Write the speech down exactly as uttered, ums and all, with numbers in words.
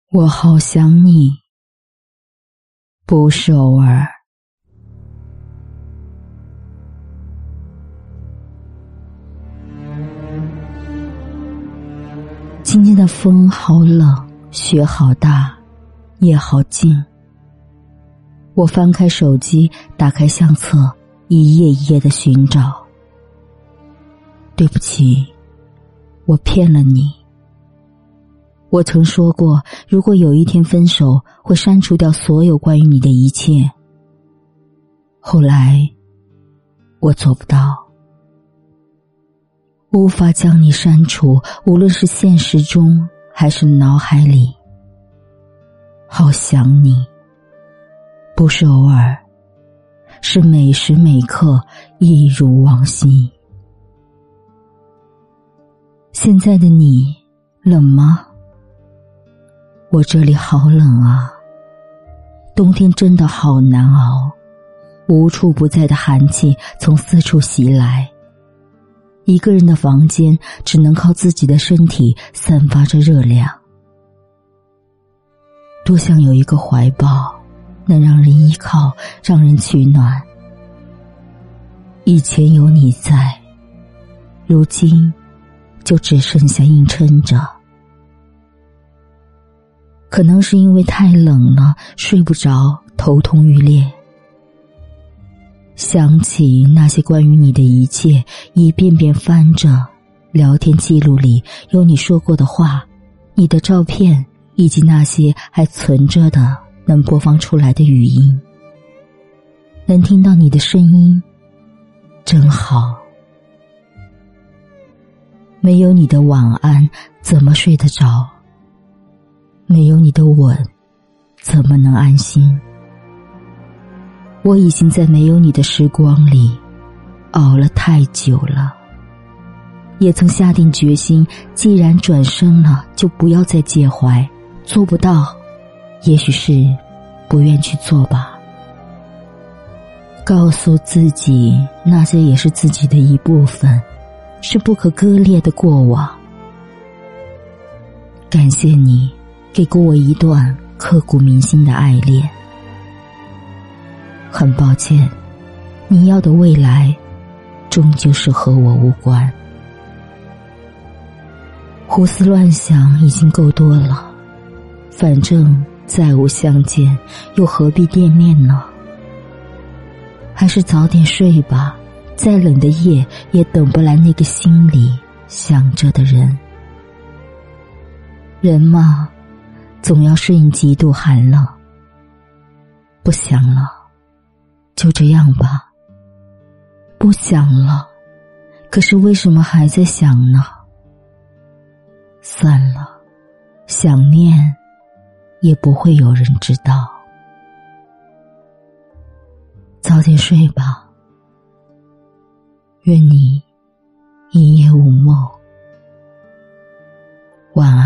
我好想你，不是偶尔。今天的风好冷，雪好大，夜好静。我翻开手机，打开相册，一页一页地寻找。对不起，我骗了你。我曾说过，如果有一天分手，会删除掉所有关于你的一切。后来，我做不到。无法将你删除，无论是现实中还是脑海里。好想你，不是偶尔，是每时每刻一如往昔。现在的你冷吗？我这里好冷啊，冬天真的好难熬，无处不在的寒气从四处袭来。一个人的房间只能靠自己的身体散发着热量。多想有一个怀抱，能让人依靠，让人取暖。以前有你在，如今就只剩下硬撑着。可能是因为太冷了，睡不着，头痛欲裂。想起那些关于你的一切，一遍遍翻着聊天记录里有你说过的话，你的照片，以及那些还存着的能播放出来的语音。能听到你的声音，真好。没有你的晚安，怎么睡得着？没有你的吻，怎么能安心？我已经在没有你的时光里熬了太久了，也曾下定决心，既然转身了，就不要再介怀。做不到，也许是不愿去做吧。告诉自己，那些也是自己的一部分，是不可割裂的过往。感谢你给过我一段刻骨铭心的爱恋。很抱歉，你要的未来终究是和我无关。胡思乱想已经够多了，反正再无相见，又何必惦念呢？还是早点睡吧，再冷的夜也等不来那个心里想着的人。人嘛，总要适应极度寒冷。不想了，就这样吧。不想了，可是为什么还在想呢？算了，想念也不会有人知道。早点睡吧，愿你一夜无梦，晚安。